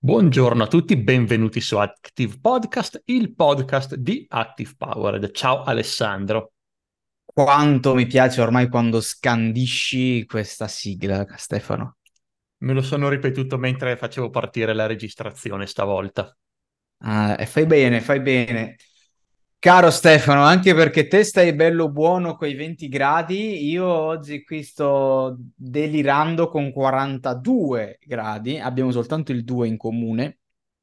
Buongiorno a tutti, benvenuti su Active Podcast, il podcast di Active Powered. Ciao Alessandro, Quanto mi piace ormai quando scandisci questa sigla, Stefano. me lo sono ripetuto mentre facevo partire la registrazione stavolta. E fai bene, fai bene. Caro Stefano, anche perché te stai bello buono coi 20 gradi, io oggi qui sto delirando con 42 gradi, abbiamo soltanto il 2 in comune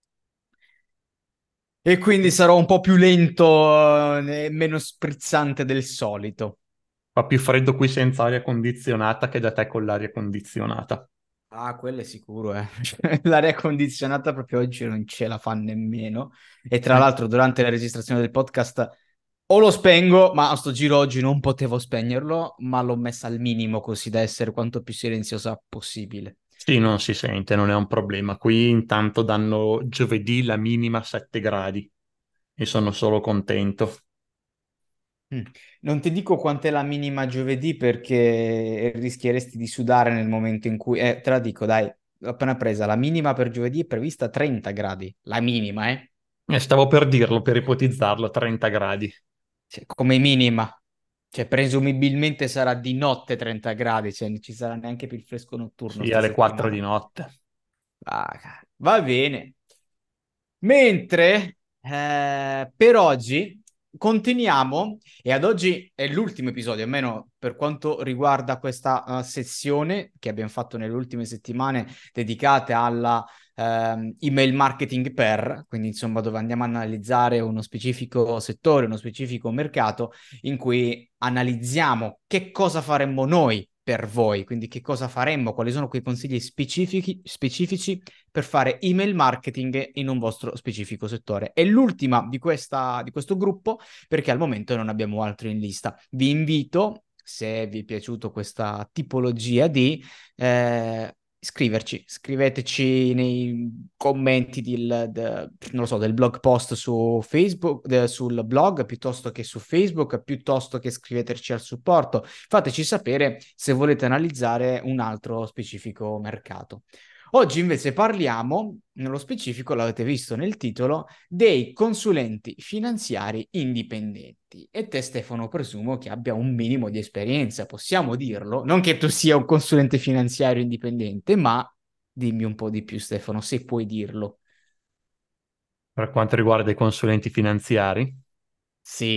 e quindi sarò un po' più lento e meno sprizzante del solito. Fa più freddo qui senza aria condizionata che da te con l'aria condizionata. Ah, quello è sicuro, eh. Cioè, l'aria condizionata proprio oggi non ce la fa nemmeno. E tra Eh, l'altro, durante la registrazione del podcast o lo spengo, ma a sto giro oggi non potevo spegnerlo, ma l'ho messa al minimo così da essere quanto più silenziosa possibile. sì, non si sente, non è un problema. Qui intanto danno giovedì la minima 7 gradi e sono solo contento. Mm. Non ti dico quant'è la minima giovedì perché rischieresti di sudare nel momento in cui... te la dico, dai, l'ho appena presa. La minima per giovedì è prevista 30 gradi. La minima, eh? E stavo per dirlo, per ipotizzarlo, 30 gradi. Cioè, come minima. Cioè, presumibilmente sarà di notte 30 gradi, cioè non ci sarà neanche più il fresco notturno Sì, sta alle 4 di settimana. notte. Va bene. Mentre per oggi continuiamo, e ad oggi è l'ultimo episodio, almeno per quanto riguarda questa sessione che abbiamo fatto nelle ultime settimane dedicate alla email marketing per, quindi insomma dove andiamo a analizzare uno specifico settore, uno specifico mercato, in cui analizziamo che cosa faremmo noi per voi, quindi che cosa faremmo, quali sono quei consigli specifici per fare email marketing in un vostro specifico settore. È l'ultima di questo gruppo perché al momento non abbiamo altro in lista. Vi invito, se vi è piaciuta questa tipologia di scriveteci nei commenti non lo so, del blog post su Facebook, sul blog piuttosto che su Facebook, piuttosto che scriveteci al supporto. Fateci sapere se volete analizzare un altro specifico mercato. Oggi invece parliamo, nello specifico, l'avete visto nel titolo, dei consulenti finanziari indipendenti. E te, Stefano, presumo che abbia un minimo di esperienza, possiamo dirlo. Non che tu sia un consulente finanziario indipendente, ma dimmi un po' di più, Stefano, se puoi dirlo. Per quanto riguarda i consulenti finanziari, Sì.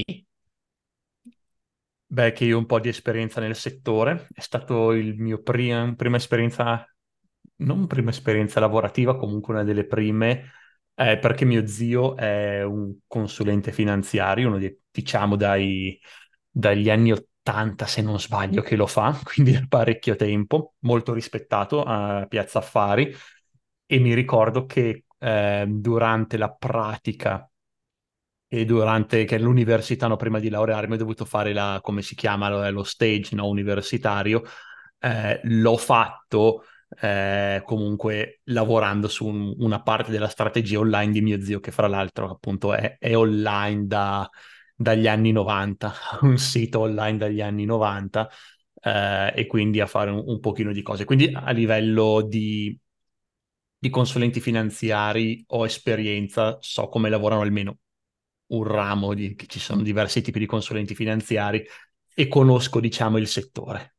beh, che io ho un po' di esperienza nel settore, è stato il mio prima esperienza, non prima esperienza lavorativa, comunque una delle prime, perché mio zio è un consulente finanziario, diciamo dagli anni 80 se non sbaglio che lo fa, quindi da parecchio tempo, molto rispettato a Piazza Affari e mi ricordo che durante la pratica e durante che all'università, no, prima di laurearmi, ho dovuto fare come si chiama, lo stage, no, universitario. L'ho fatto comunque lavorando su una parte della strategia online di mio zio, che fra l'altro appunto è online dagli anni 90, un sito online dagli anni 90, e quindi a fare un pochino di cose. Quindi a livello di consulenti finanziari ho esperienza, so come lavorano almeno un ramo che ci sono diversi tipi di consulenti finanziari e conosco, diciamo, il settore.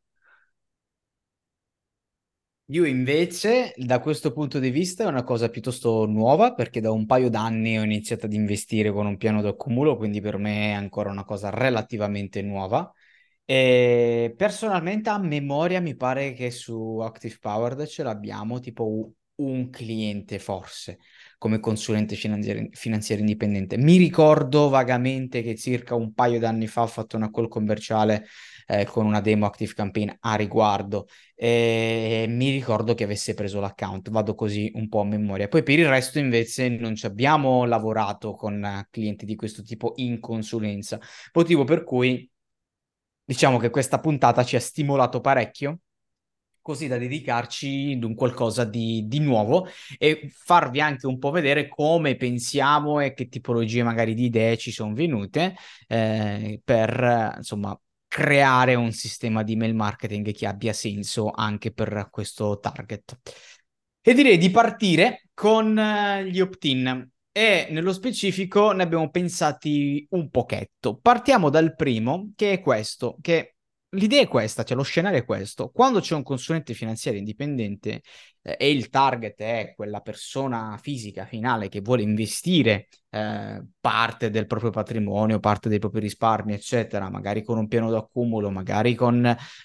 Io invece, da questo punto di vista, è una cosa piuttosto nuova perché da un paio d'anni ho iniziato ad investire con un piano d'accumulo, quindi per me è ancora una cosa relativamente nuova. E personalmente a memoria mi pare che su Active Powered ce l'abbiamo tipo un cliente forse come consulente finanziario indipendente. Mi ricordo vagamente che circa un paio d'anni fa ho fatto una call commerciale con una demo Active Campaign a riguardo e mi ricordo che avesse preso l'account, vado così un po' a memoria. Poi per il resto invece non ci abbiamo lavorato con clienti di questo tipo in consulenza, motivo per cui diciamo che questa puntata ci ha stimolato parecchio, così da dedicarci ad un qualcosa di nuovo e farvi anche un po' vedere come pensiamo e che tipologie magari di idee ci sono venute per insomma creare un sistema di email marketing che abbia senso anche per questo target. E direi di partire. con gli opt-in e nello specifico ne abbiamo pensati un pochetto. Partiamo dal primo, che è questo, che l'idea è questa, cioè lo scenario è questo. Quando c'è un consulente finanziario indipendente e il target è quella persona fisica finale che vuole investire parte del proprio patrimonio, parte dei propri risparmi, eccetera, magari con un piano d'accumulo, magari con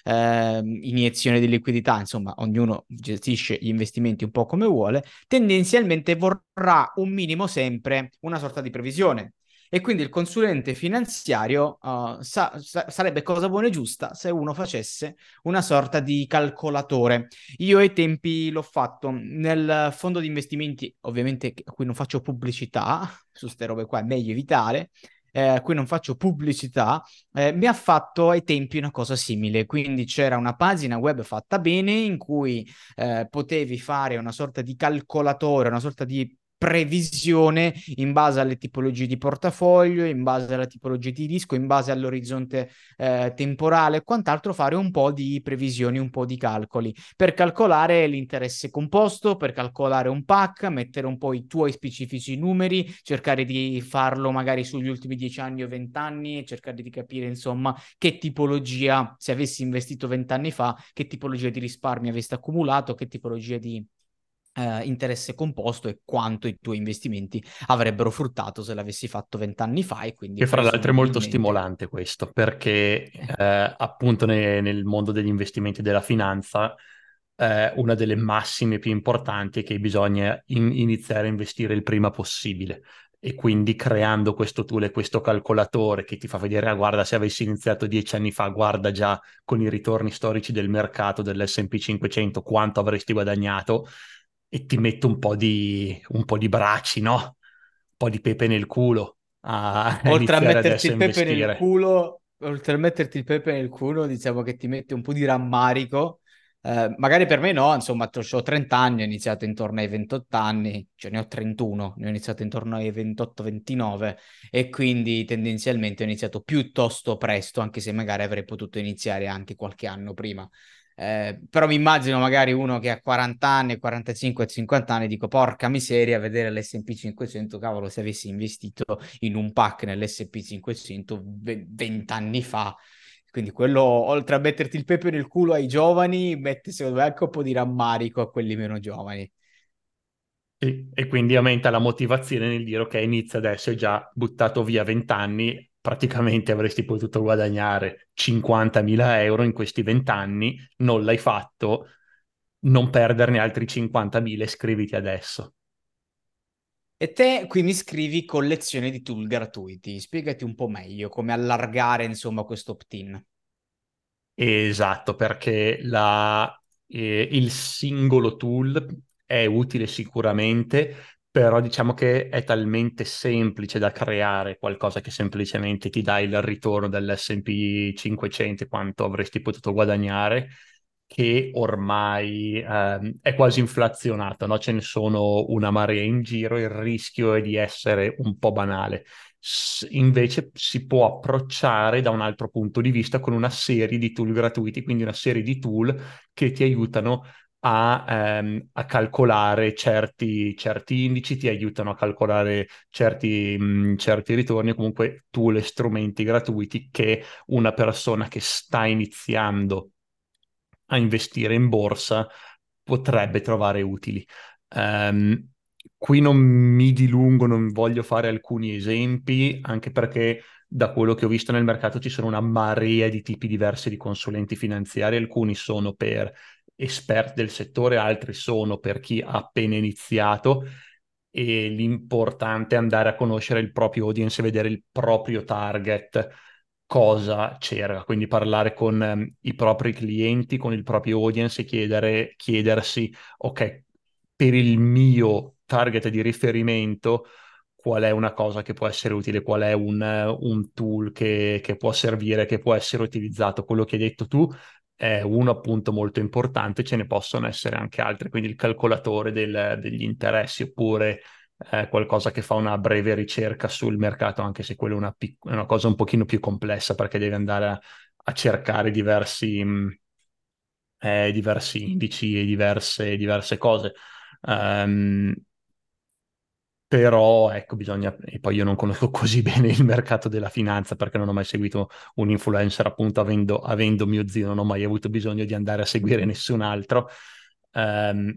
iniezione di liquidità, insomma, ognuno gestisce gli investimenti un po' come vuole, tendenzialmente vorrà un minimo sempre una sorta di previsione. E quindi il consulente finanziario sarebbe cosa buona e giusta se uno facesse una sorta di calcolatore. Io ai tempi l'ho fatto nel fondo di investimenti, ovviamente a cui non faccio pubblicità, su ste robe qua è meglio evitare, a cui non faccio pubblicità, mi ha fatto ai tempi una cosa simile. Quindi c'era una pagina web fatta bene in cui potevi fare una sorta di calcolatore, una sorta di previsione in base alle tipologie di portafoglio, in base alla tipologia di rischio, in base all'orizzonte temporale e quant'altro, fare un po' di previsioni, un po' di calcoli per calcolare l'interesse composto, per calcolare un PAC, mettere un po' i tuoi specifici numeri, cercare di farlo magari sugli ultimi 10 anni o 20 anni e cercare di capire insomma che tipologia, se avessi investito 20 anni fa, che tipologia di risparmi avresti accumulato, che tipologia di interesse composto e quanto i tuoi investimenti avrebbero fruttato se l'avessi fatto 20 anni fa e quindi Che fra l'altro è molto presumibilmente. stimolante questo, perché appunto nel mondo degli investimenti e della finanza una delle massime più importanti è che bisogna iniziare a investire il prima possibile. E quindi creando questo tool e questo calcolatore che ti fa vedere, ah, guarda, se avessi iniziato 10 anni fa, guarda già con i ritorni storici del mercato dell'S&P 500 quanto avresti guadagnato e ti mette un po' di bracci, no? Un po' di pepe nel culo a Oltre a iniziare metterti adesso a il pepe nel investire. culo, oltre a metterti il pepe nel culo, diciamo che ti mette un po' di rammarico. Magari per me no, insomma, ho 30 anni, ho iniziato intorno ai 28 anni, cioè ne ho 31, ne ho iniziato intorno ai 28-29 e quindi tendenzialmente ho iniziato piuttosto presto, anche se magari avrei potuto iniziare anche qualche anno prima. Però mi immagino magari uno che ha 40 anni, 45 e 50 anni, dico porca miseria, vedere l'S&P 500, cavolo, se avessi investito in un pack nell'S&P 500 20 anni fa. Quindi quello, oltre a metterti il pepe nel culo ai giovani, mette secondo me anche un po' di rammarico a quelli meno giovani. E quindi aumenta la motivazione nel dire ok, inizia adesso, hai già buttato via 20 anni, praticamente avresti potuto guadagnare 50.000 euro in questi 20 anni, non l'hai fatto, non perderne altri 50.000, iscriviti adesso. E te qui mi scrivi collezione di tool gratuiti. Spiegati un po' meglio come allargare, insomma, questo opt-in. Esatto, perché il singolo tool è utile sicuramente, però diciamo che è talmente semplice da creare qualcosa che semplicemente ti dà il ritorno dell'S&P 500 quanto avresti potuto guadagnare, che ormai è quasi inflazionato, no? Ce ne sono una marea in giro, il rischio è di essere un po' banale. Invece si può approcciare da un altro punto di vista con una serie di tool gratuiti, quindi una serie di tool che ti aiutano a calcolare certi indici, ti aiutano a calcolare certi ritorni, o comunque tool e strumenti gratuiti che una persona che sta iniziando a investire in borsa potrebbe trovare utili. Ehm, Qui non mi dilungo, non voglio fare alcuni esempi, anche perché da quello che ho visto nel mercato ci sono una marea di tipi diversi di consulenti finanziari, alcuni sono per esperti del settore, altri sono per chi ha appena iniziato e l'importante è andare a conoscere il proprio audience e vedere il proprio target, cosa cerca, quindi parlare con i propri clienti, con il proprio audience e chiedersi, ok, per il mio target di riferimento, qual è una cosa che può essere utile, qual è un tool che può servire, che può essere utilizzato. Quello che hai detto tu è uno appunto molto importante, ce ne possono essere anche altri, quindi il calcolatore degli interessi oppure qualcosa che fa una breve ricerca sul mercato, anche se quella è una cosa un pochino più complessa perché devi andare a cercare diversi indici e diverse cose. Ehm, Però ecco, bisogna, e poi io non conosco così bene il mercato della finanza perché non ho mai seguito un influencer, appunto, avendo mio zio, non ho mai avuto bisogno di andare a seguire nessun altro. Ehm,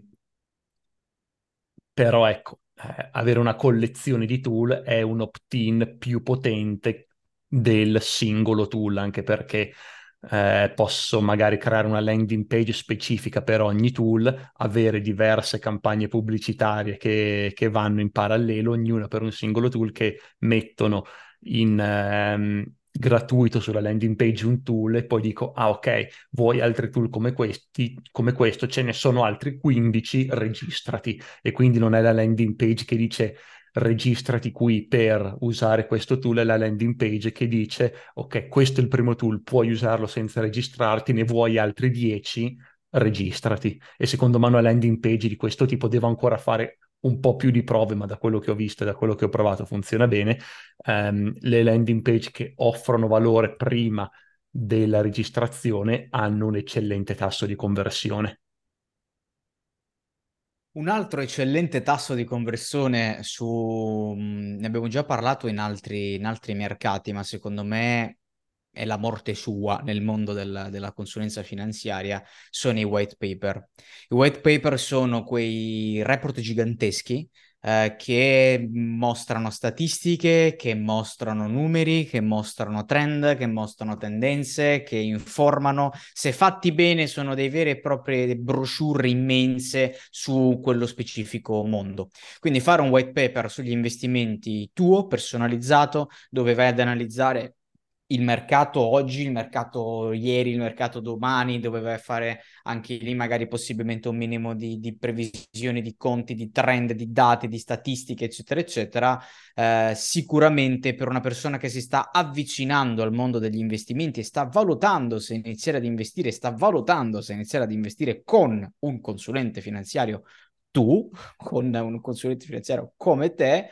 Però ecco, avere una collezione di tool è un opt-in più potente del singolo tool, anche perché posso magari creare una landing page specifica per ogni tool, avere diverse campagne pubblicitarie che vanno in parallelo, ognuna per un singolo tool, che mettono in gratuito sulla landing page un tool e poi dico, ah ok, vuoi altri tool come questi, come questo, ce ne sono altri 15, registrati. E quindi non è la landing page che dice registrati qui per usare questo tool, è la landing page che dice ok, questo è il primo tool, puoi usarlo senza registrarti, ne vuoi altri 10, registrati. E secondo me una landing page di questo tipo devo ancora fare un po' più di prove, ma da quello che ho visto e da quello che ho provato funziona bene. Le landing page che offrono valore prima della registrazione hanno un eccellente tasso di conversione. Un altro eccellente tasso di conversione ne abbiamo già parlato in altri mercati, ma secondo me è la morte sua nel mondo della consulenza finanziaria, sono i white paper. I white paper sono quei report giganteschi che mostrano statistiche, che mostrano numeri, che mostrano trend, che mostrano tendenze, che informano. Se fatti bene, sono dei veri e propri brochure immense su quello specifico mondo. Quindi fare un white paper sugli investimenti tuo, personalizzato, dove vai ad analizzare il mercato oggi, il mercato ieri, il mercato domani, dove vai a fare anche lì magari possibilmente un minimo di previsioni, di conti, di trend, di dati, di statistiche, eccetera, eccetera. Sicuramente per una persona che si sta avvicinando al mondo degli investimenti e sta valutando se iniziare ad investire, sta valutando se iniziare ad investire con un consulente finanziario, tu, con un consulente finanziario come te,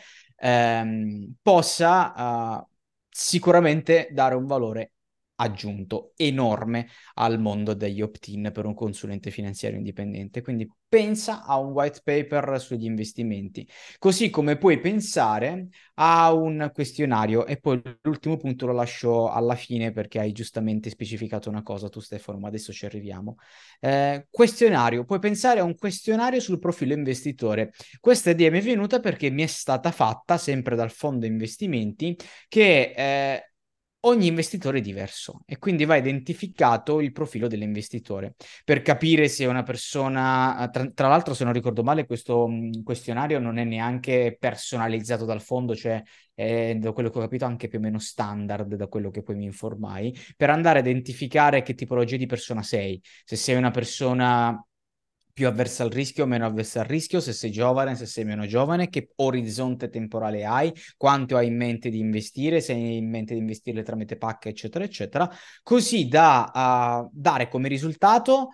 possa sicuramente dare un valore aggiunto enorme al mondo degli opt-in per un consulente finanziario indipendente. Quindi pensa a un white paper sugli investimenti, così come puoi pensare a un questionario. E poi l'ultimo punto lo lascio alla fine perché hai giustamente specificato una cosa tu, Stefano, ma adesso ci arriviamo. Questionario, puoi pensare a un questionario sul profilo investitore. Questa idea mi è venuta perché mi è stata fatta sempre dal fondo investimenti che ogni investitore è diverso e quindi va identificato il profilo dell'investitore per capire se una persona, tra l'altro se non ricordo male questo questionario non è neanche personalizzato dal fondo, cioè è, da quello che ho capito, anche più o meno standard da quello che poi mi informai, per andare a identificare che tipologia di persona sei, se sei una persona più avversa al rischio o meno avversa al rischio, se sei giovane, se sei meno giovane, che orizzonte temporale hai, quanto hai in mente di investire, se hai in mente di investire tramite PAC, eccetera, eccetera, così da dare come risultato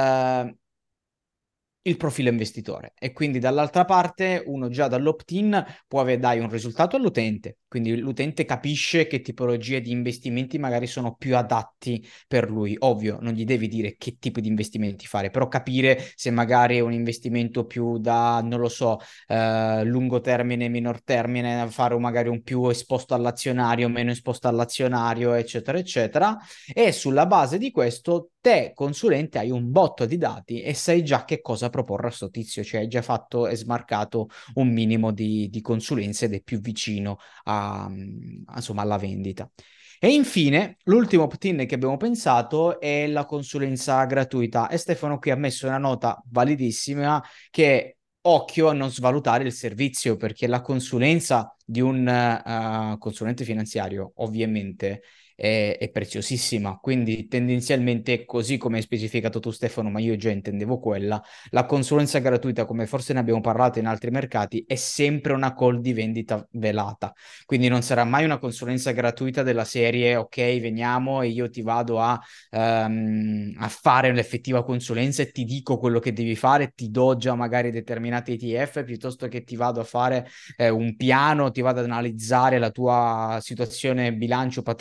il profilo investitore e quindi dall'altra parte uno già dall'opt-in dare un risultato all'utente, quindi l'utente capisce che tipologie di investimenti magari sono più adatti per lui. Ovvio, non gli devi dire che tipo di investimenti fare, però capire se magari è un investimento più da, non lo so, lungo termine, minor termine, fare magari un più esposto all'azionario, meno esposto all'azionario, eccetera, eccetera. E sulla base di questo, te, consulente, hai un botto di dati e sai già che cosa proporre a sto tizio, cioè hai già fatto e smarcato un minimo di consulenze ed è più vicino insomma, alla vendita. E infine, l'ultimo opt-in che abbiamo pensato è la consulenza gratuita. E Stefano qui ha messo una nota validissima che occhio a non svalutare il servizio, perché la consulenza di un consulente finanziario ovviamente è preziosissima. Quindi tendenzialmente, così come hai specificato tu Stefano, ma io già intendevo quella, la consulenza gratuita, come forse ne abbiamo parlato in altri mercati, è sempre una call di vendita velata. Quindi non sarà mai una consulenza gratuita della serie, ok, veniamo e io ti vado a fare l'effettiva consulenza e ti dico quello che devi fare, ti do già magari determinati ETF, piuttosto che ti vado a fare un piano, ti vado ad analizzare la tua situazione bilancio, patrimonio,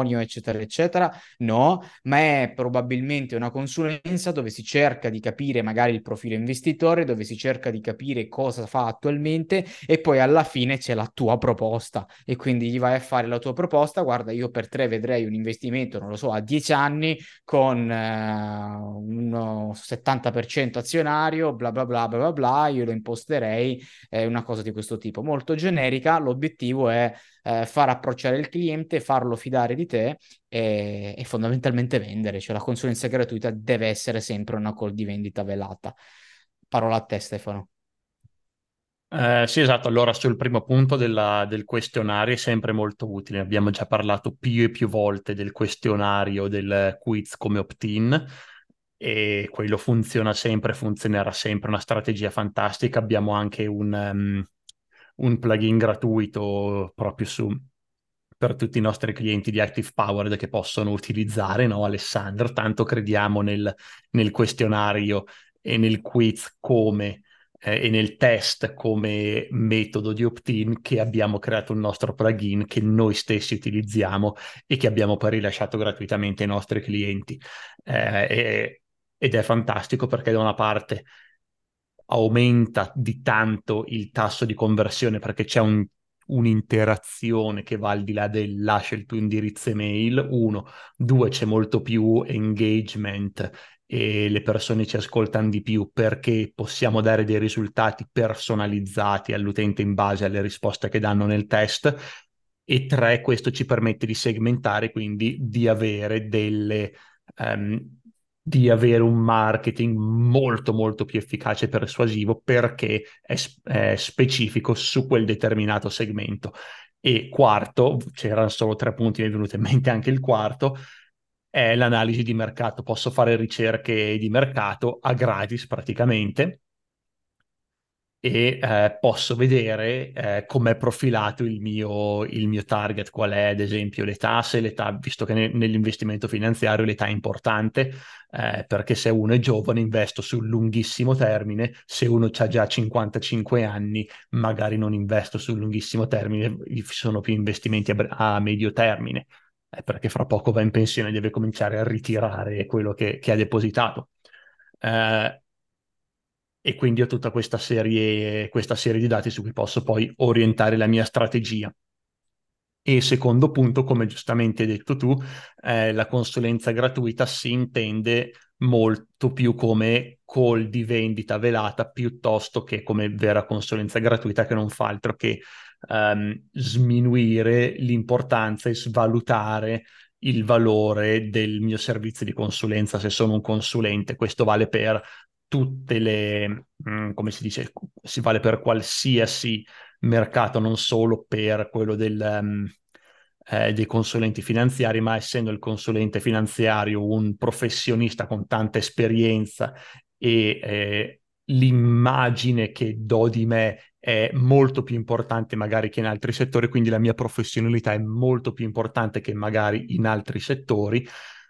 patrimonio, eccetera, eccetera. No, ma è probabilmente una consulenza dove si cerca di capire magari il profilo investitore, dove si cerca di capire cosa fa attualmente e poi alla fine c'è la tua proposta e quindi gli vai a fare la tua proposta. Guarda, io per te vedrei un investimento, non lo so, a 10 anni con uno 70% azionario, bla bla bla bla bla bla, io lo imposterei, una cosa di questo tipo, molto generica. L'obiettivo è far approcciare il cliente, farlo fidare di te e fondamentalmente vendere, cioè la consulenza gratuita deve essere sempre una call di vendita velata. Parola a te, Stefano. Sì, esatto. Allora, sul primo punto del questionario è sempre molto utile. Abbiamo già parlato più e più volte del questionario del quiz come opt-in e quello funziona sempre, funzionerà sempre, una strategia fantastica. Abbiamo anche un plugin gratuito proprio per tutti i nostri clienti di Active Powered che possono utilizzare, no, Alessandro? Tanto crediamo nel questionario e nel quiz e nel test come metodo di opt-in che abbiamo creato un nostro plugin che noi stessi utilizziamo e che abbiamo poi rilasciato gratuitamente ai nostri clienti. Ed è fantastico perché da una parte aumenta di tanto il tasso di conversione perché c'è un'interazione che va al di là del lascia il tuo indirizzo email, uno, due, c'è molto più engagement e le persone ci ascoltano di più perché possiamo dare dei risultati personalizzati all'utente in base alle risposte che danno nel test. E tre, questo ci permette di segmentare, quindi ehm, di avere un marketing molto molto più efficace e persuasivo perché è specifico su quel determinato segmento. E quarto, c'erano solo tre punti, mi è venuto in mente anche il quarto, è l'analisi di mercato. Posso fare ricerche di mercato a gratis praticamente e posso vedere com'è profilato il mio target, qual è ad esempio l'età, se l'età, visto che nell'investimento finanziario l'età è importante, perché se uno è giovane investo sul lunghissimo termine, se uno ha già 55 anni magari non investo sul lunghissimo termine, ci sono più investimenti a medio termine, perché fra poco va in pensione e deve cominciare a ritirare quello che ha depositato. Eh, e quindi ho tutta questa serie di dati su cui posso poi orientare la mia strategia. E secondo punto, come giustamente hai detto tu, la consulenza gratuita si intende molto più come call di vendita velata piuttosto che come vera consulenza gratuita che non fa altro che sminuire l'importanza e svalutare il valore del mio servizio di consulenza se sono un consulente. Questo vale per come si dice, si vale per qualsiasi mercato, non solo per quello dei consulenti finanziari, ma essendo il consulente finanziario un professionista con tanta esperienza e l'immagine che do di me è molto più importante magari che in altri settori, quindi la mia professionalità è molto più importante che magari in altri settori,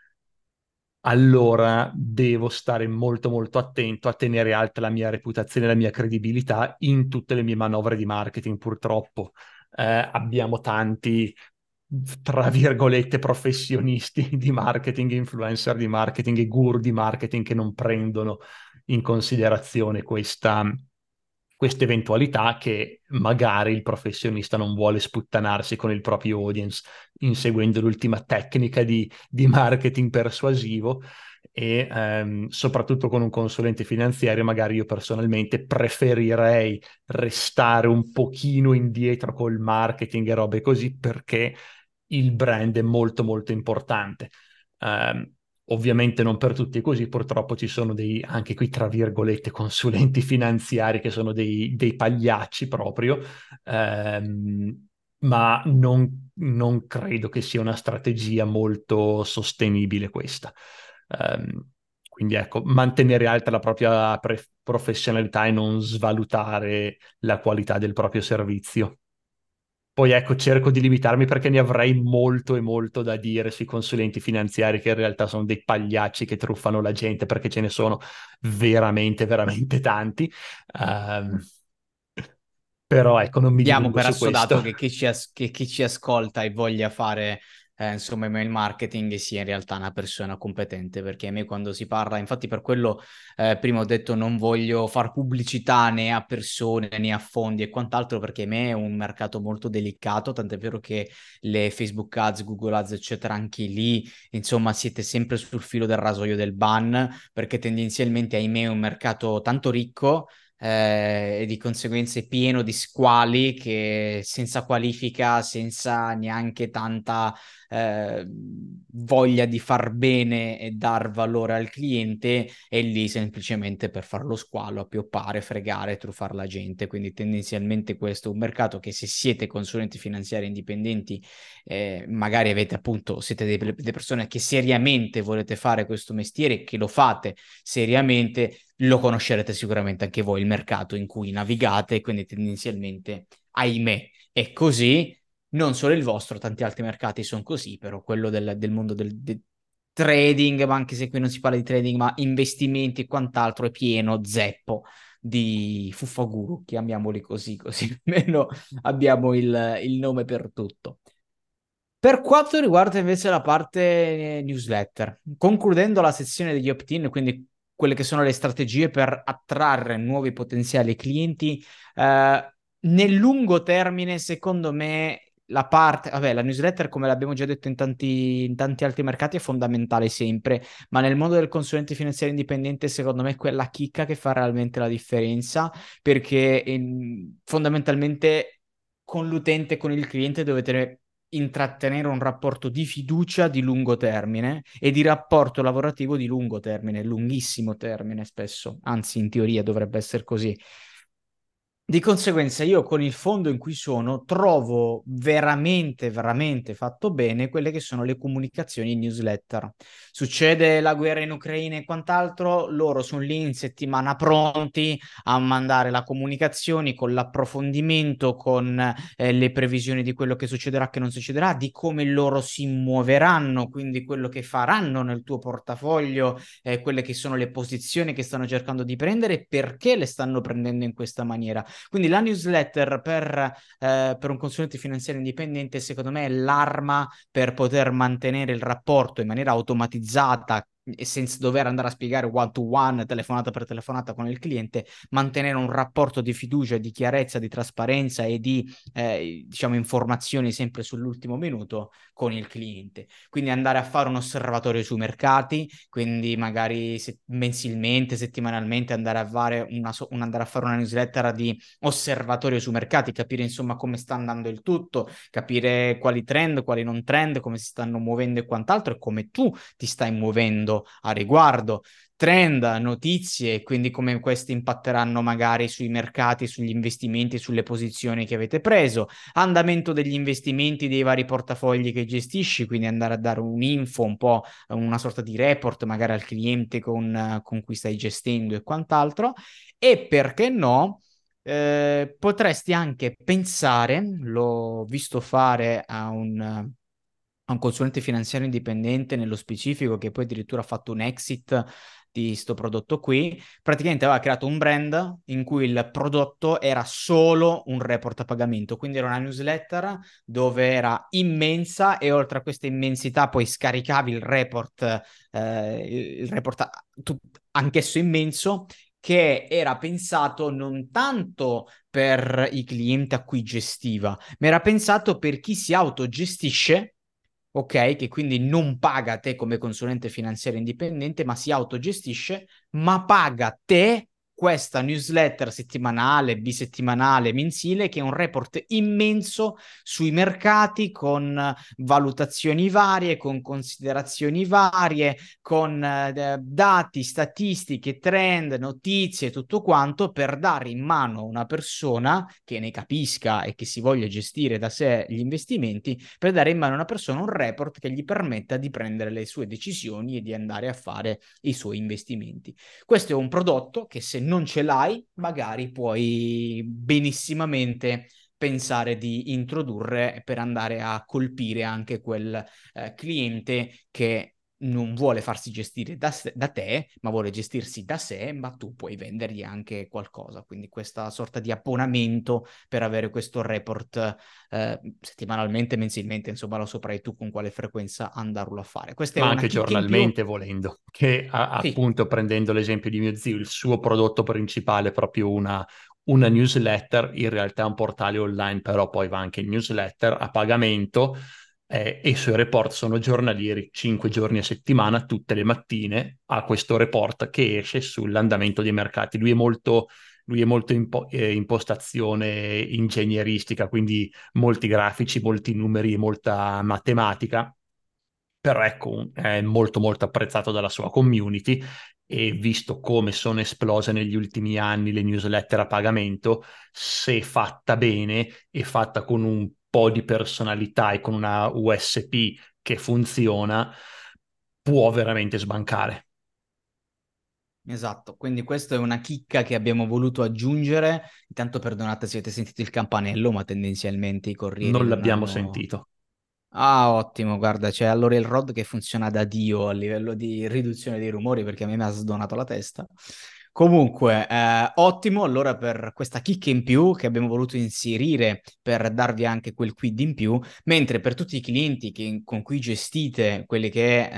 allora devo stare molto molto attento a tenere alta la mia reputazione e la mia credibilità in tutte le mie manovre di marketing. Purtroppo abbiamo tanti, tra virgolette, professionisti di marketing, influencer di marketing e guru di marketing che non prendono in considerazione questa eventualità che magari il professionista non vuole sputtanarsi con il proprio audience inseguendo l'ultima tecnica di marketing persuasivo e soprattutto con un consulente finanziario magari io personalmente preferirei restare un pochino indietro col marketing e robe così perché il brand è molto molto importante. Ehm, Ovviamente non per tutti è così, purtroppo ci sono anche qui, tra virgolette, consulenti finanziari che sono dei pagliacci proprio, ma non credo che sia una strategia molto sostenibile questa. Quindi ecco, mantenere alta la propria professionalità e non svalutare la qualità del proprio servizio. Poi ecco, cerco di limitarmi perché ne avrei molto e molto da dire sui consulenti finanziari che in realtà sono dei pagliacci che truffano la gente perché ce ne sono veramente, veramente tanti. Ehm, Però ecco, non mi Diamo dilungo per su assodato questo. che chi ci ascolta e voglia fare insomma, email marketing sia in realtà una persona competente, perché a me quando si parla, infatti per quello prima ho detto non voglio far pubblicità né a persone né a fondi e quant'altro, perché a me è un mercato molto delicato, tant'è vero che le Facebook Ads, Google Ads, eccetera, anche lì, insomma, siete sempre sul filo del rasoio del ban, perché tendenzialmente, ahimè, è un mercato tanto ricco e di conseguenza è pieno di squali che senza qualifica, senza neanche tanta voglia di far bene e dar valore al cliente, è lì semplicemente per far lo squalo, appioppare, fregare, truffare la gente. Quindi tendenzialmente questo è un mercato che, se siete consulenti finanziari indipendenti, magari avete appunto, siete delle persone che seriamente volete fare questo mestiere, che lo fate seriamente, lo conoscerete sicuramente anche voi, il mercato in cui navigate, quindi tendenzialmente, ahimè, è così. Non solo il vostro, tanti altri mercati sono così, però quello del mondo del trading, ma anche se qui non si parla di trading, ma investimenti e quant'altro, è pieno, zeppo di fuffaguru, chiamiamoli così, così almeno abbiamo il nome per tutto. Per quanto riguarda invece la parte newsletter, concludendo la sezione degli opt-in, quindi quelle che sono le strategie per attrarre nuovi potenziali clienti, nel lungo termine, secondo me, la parte, vabbè, la newsletter, come l'abbiamo già detto in tanti altri mercati, è fondamentale sempre, ma nel mondo del consulente finanziario indipendente, secondo me, è quella chicca che fa realmente la differenza, perché fondamentalmente con l'utente, con il cliente, dovete intrattenere un rapporto di fiducia di lungo termine e di rapporto lavorativo di lungo termine, lunghissimo termine spesso, anzi in teoria dovrebbe essere così. Di conseguenza, io con il fondo in cui sono trovo veramente, veramente fatto bene quelle che sono le comunicazioni in newsletter. Succede la guerra in Ucraina e quant'altro, loro sono lì in settimana pronti a mandare la comunicazione con l'approfondimento, con le previsioni di quello che succederà, che non succederà, di come loro si muoveranno, quindi quello che faranno nel tuo portafoglio, quelle che sono le posizioni che stanno cercando di prendere e perché le stanno prendendo in questa maniera. Quindi la newsletter per un consulente finanziario indipendente, secondo me, è l'arma per poter mantenere il rapporto in maniera automatizzata e senza dover andare a spiegare one to one, telefonata per telefonata con il cliente, mantenere un rapporto di fiducia, di chiarezza, di trasparenza e di diciamo informazioni sempre sull'ultimo minuto con il cliente. Quindi andare a fare un osservatorio sui mercati, quindi magari mensilmente, settimanalmente andare a fare andare a fare una newsletter di osservatorio sui mercati, capire insomma come sta andando il tutto, capire quali trend, quali non trend, come si stanno muovendo e quant'altro, e come tu ti stai muovendo a riguardo. Trend, notizie, quindi come questi impatteranno magari sui mercati, sugli investimenti, sulle posizioni che avete preso, andamento degli investimenti dei vari portafogli che gestisci, quindi andare a dare un'info, un po' una sorta di report magari al cliente con cui stai gestendo e quant'altro. E perché no, potresti anche pensare, l'ho visto fare a un consulente finanziario indipendente nello specifico, che poi addirittura ha fatto un exit di sto prodotto qui. Praticamente aveva creato un brand in cui il prodotto era solo un report a pagamento, quindi era una newsletter dove era immensa e oltre a questa immensità poi scaricavi il report anch'esso immenso, che era pensato non tanto per i clienti a cui gestiva, ma era pensato per chi si autogestisce, ok? Che quindi non paga te come consulente finanziario indipendente, ma si autogestisce, ma paga te questa newsletter settimanale, bisettimanale, mensile, che è un report immenso sui mercati con valutazioni varie, con considerazioni varie, con dati, statistiche, trend, notizie, tutto quanto per dare in mano a una persona che ne capisca e che si voglia gestire da sé gli investimenti, per dare in mano a una persona un report che gli permetta di prendere le sue decisioni e di andare a fare i suoi investimenti. Questo è un prodotto che, se non ce l'hai, magari puoi benissimamente pensare di introdurre per andare a colpire anche quel cliente che non vuole farsi gestire da te, ma vuole gestirsi da sé, ma tu puoi vendergli anche qualcosa. Quindi questa sorta di abbonamento per avere questo report settimanalmente, mensilmente, insomma lo saprai tu con quale frequenza andarlo a fare. Questa è Ma una anche chicca in più. giornalmente volendo, che Sì, appunto prendendo l'esempio di mio zio, il suo prodotto principale è proprio una newsletter, in realtà è un portale online, però poi va anche in newsletter a pagamento e i suoi report sono giornalieri, 5 giorni a settimana, tutte le mattine, ha questo report che esce sull'andamento dei mercati. Lui è molto impostazione ingegneristica, quindi molti grafici, molti numeri, molta matematica, però ecco, è molto molto apprezzato dalla sua community e visto come sono esplose negli ultimi anni le newsletter a pagamento, se fatta bene e fatta con un po' di personalità e con una USP che funziona, può veramente sbancare. esatto. Quindi questa è una chicca che abbiamo voluto aggiungere. Intanto perdonate se avete sentito il campanello, ma tendenzialmente i corrieri Non non l'abbiamo hanno. sentito. Ah, ottimo, guarda, c'è allora il Rod che funziona da Dio a livello di riduzione dei rumori perché a me mi ha sdonato la testa. Comunque, ottimo allora per questa chicca in più che abbiamo voluto inserire per darvi anche quel quid in più, mentre per tutti i clienti con cui gestite quelli che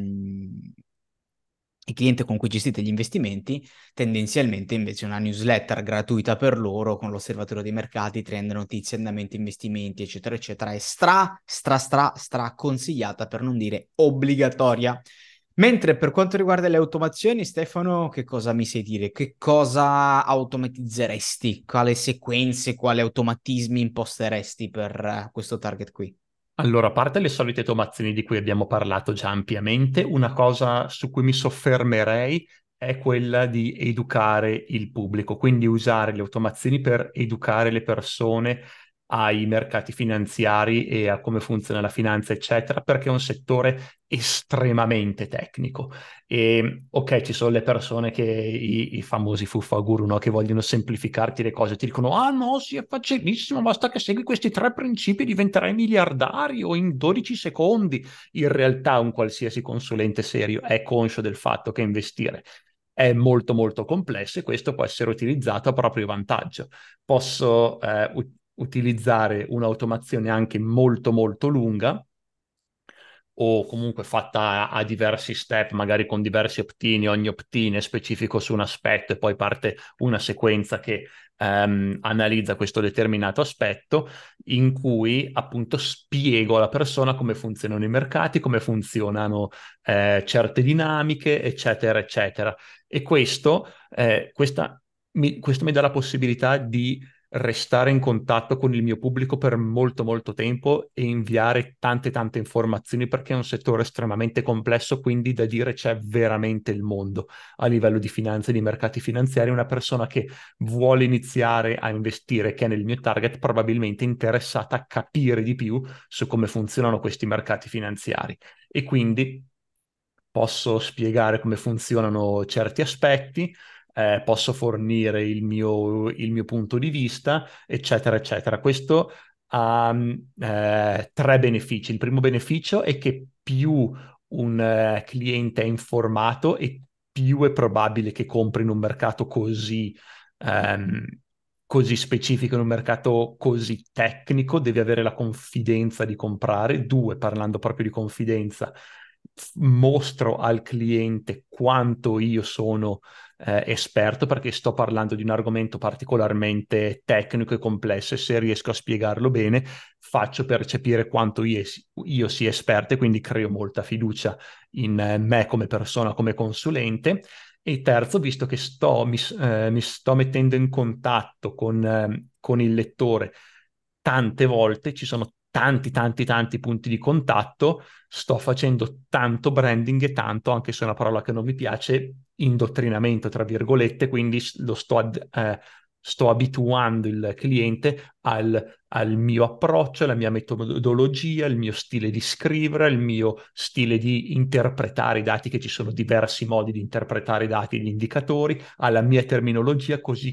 i clienti con cui gestite gli investimenti, tendenzialmente invece una newsletter gratuita per loro con l'osservatorio dei mercati, trend, notizie, andamenti, investimenti, eccetera, eccetera, è stra consigliata, per non dire obbligatoria. Mentre per quanto riguarda le automazioni, Stefano, che cosa mi sai dire? Che cosa automatizzeresti? Quale sequenze, quali automatismi imposteresti per questo target qui? Allora, a parte le solite automazioni di cui abbiamo parlato già ampiamente, una cosa su cui mi soffermerei è quella di educare il pubblico, quindi usare le automazioni per educare le persone ai mercati finanziari e a come funziona la finanza, eccetera, perché è un settore estremamente tecnico. E ok, ci sono le persone che, i famosi fuffaguru, no, che vogliono semplificarti le cose, ti dicono: ah no, sì, è facilissimo, basta che segui questi 3 principi e diventerai miliardario in 12 secondi. In realtà un qualsiasi consulente serio è conscio del fatto che investire è molto molto complesso e questo può essere utilizzato a proprio vantaggio. Posso utilizzare un'automazione anche molto molto lunga o comunque fatta a diversi step, magari con diversi opt-in, ogni opt-in è specifico su un aspetto e poi parte una sequenza che analizza questo determinato aspetto, in cui appunto spiego alla persona come funzionano i mercati, come funzionano certe dinamiche, eccetera, eccetera. E questo mi dà la possibilità di restare in contatto con il mio pubblico per molto molto tempo e inviare tante tante informazioni perché è un settore estremamente complesso, quindi da dire c'è veramente il mondo a livello di finanza e di mercati finanziari. Una persona che vuole iniziare a investire, che è nel mio target, probabilmente interessata a capire di più su come funzionano questi mercati finanziari e quindi posso spiegare come funzionano certi aspetti, posso fornire il mio punto di vista, eccetera, eccetera. Questo ha tre benefici. Il primo beneficio è che più un cliente è informato e più è probabile che compri in un mercato ehm, così specifico, in un mercato così tecnico, devi avere la confidenza di comprare. Due, parlando proprio di confidenza, mostro al cliente quanto io sono esperto perché sto parlando di un argomento particolarmente tecnico e complesso e se riesco a spiegarlo bene faccio percepire quanto io sia esperto e quindi creo molta fiducia in me come persona, come consulente. E terzo, visto che mi sto mettendo in contatto con il lettore tante volte, ci sono tanti, tanti, tanti punti di contatto, sto facendo tanto branding e tanto, anche se è una parola che non mi piace, indottrinamento, tra virgolette, quindi sto abituando il cliente al mio approccio, alla mia metodologia, il mio stile di scrivere, il mio stile di interpretare i dati, che ci sono diversi modi di interpretare i dati e gli indicatori, alla mia terminologia, così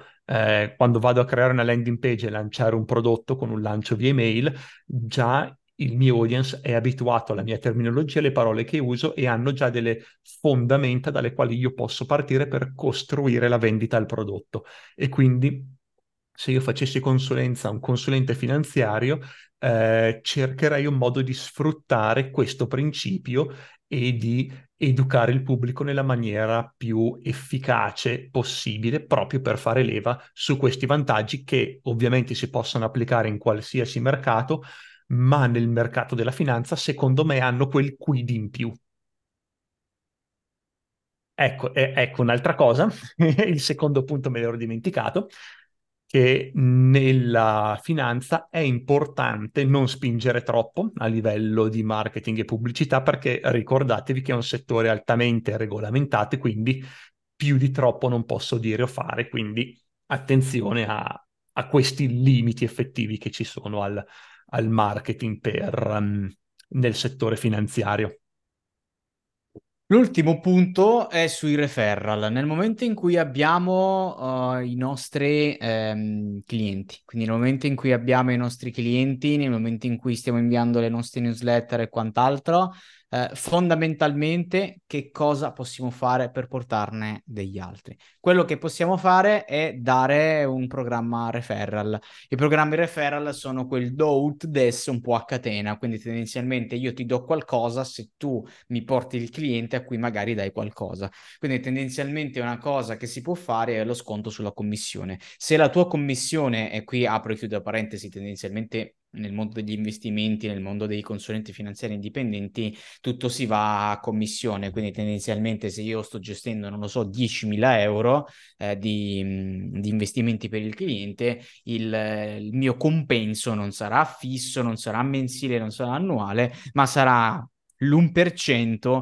quando vado a creare una landing page e lanciare un prodotto con un lancio via email, già il mio audience è abituato alla mia terminologia, alle parole che uso e hanno già delle fondamenta dalle quali io posso partire per costruire la vendita al prodotto. E quindi se io facessi consulenza a un consulente finanziario, cercherei un modo di sfruttare questo principio e di educare il pubblico nella maniera più efficace possibile, proprio per fare leva su questi vantaggi che ovviamente si possono applicare in qualsiasi mercato, ma nel mercato della finanza, secondo me, hanno quel quid in più. Ecco, ecco un'altra cosa, il secondo punto me l'ero dimenticato, che nella finanza è importante non spingere troppo a livello di marketing e pubblicità, perché ricordatevi che è un settore altamente regolamentato e quindi più di troppo non posso dire o fare, quindi attenzione a questi limiti effettivi che ci sono al marketing nel settore finanziario. L'ultimo punto è sui referral. Nel momento in cui abbiamo i nostri clienti, quindi nel momento in cui abbiamo i nostri clienti, nel momento in cui stiamo inviando le nostre newsletter e quant'altro, fondamentalmente che cosa possiamo fare per portarne degli altri? Quello che possiamo fare è dare un programma referral. I programmi referral sono quel do ut des un po' a catena, quindi tendenzialmente io ti do qualcosa se tu mi porti il cliente a cui magari dai qualcosa. Quindi tendenzialmente una cosa che si può fare è lo sconto sulla commissione. Se la tua commissione, e qui apro e chiudo parentesi, tendenzialmente nel mondo degli investimenti, nel mondo dei consulenti finanziari indipendenti, tutto si va a commissione, quindi tendenzialmente se io sto gestendo, non lo so, 10.000 euro di investimenti per il cliente, il mio compenso non sarà fisso, non sarà mensile, non sarà annuale, ma sarà l'1%,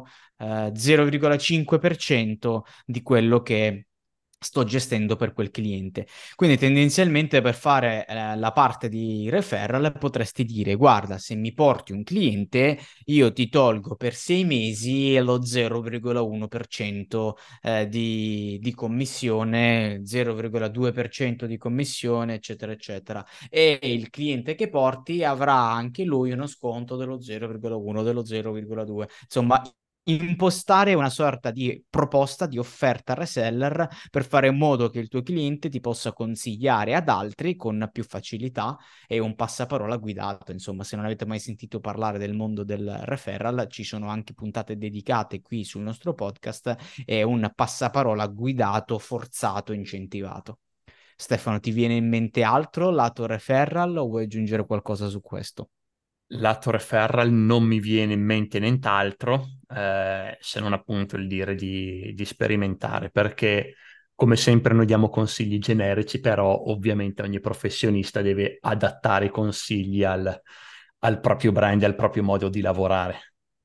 0,5% di quello che sto gestendo per quel cliente. Quindi tendenzialmente per fare la parte di referral potresti dire: guarda, se mi porti un cliente, io ti tolgo per 6 mesi lo 0,1% di commissione, 0,2% di commissione, eccetera, eccetera. E il cliente che porti avrà anche lui uno sconto dello 0,1, dello 0,2. Insomma, impostare una sorta di proposta di offerta reseller per fare in modo che il tuo cliente ti possa consigliare ad altri con più facilità e un passaparola guidato. Insomma, se non avete mai sentito parlare del mondo del referral, ci sono anche puntate dedicate qui sul nostro podcast e un passaparola guidato, forzato, incentivato. Stefano, ti viene in mente altro lato referral o vuoi aggiungere qualcosa su questo? Lato referral non mi viene in mente nient'altro, se non appunto il dire di sperimentare, perché come sempre noi diamo consigli generici, però ovviamente ogni professionista deve adattare i consigli al proprio brand, al proprio modo di lavorare.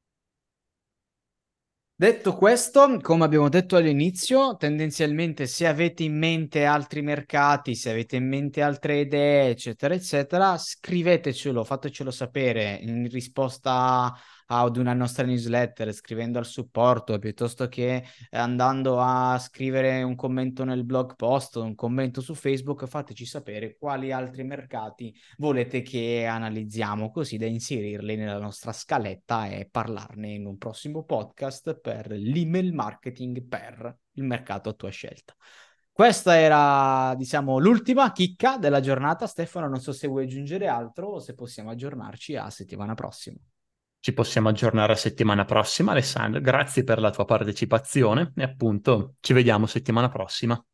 Detto questo, come abbiamo detto all'inizio, tendenzialmente se avete in mente altri mercati, se avete in mente altre idee, eccetera, eccetera, scrivetecelo, fatecelo sapere in risposta ad una nostra newsletter, scrivendo al supporto, piuttosto che andando a scrivere un commento nel blog post, un commento su Facebook, fateci sapere quali altri mercati volete che analizziamo, così da inserirli nella nostra scaletta e parlarne in un prossimo podcast per l'email marketing per il mercato a tua scelta. Questa era, diciamo, l'ultima chicca della giornata. Stefano, non so se vuoi aggiungere altro o se possiamo aggiornarci a settimana prossima. Ci possiamo aggiornare la settimana prossima, Alessandro. Grazie per la tua partecipazione e appunto ci vediamo settimana prossima.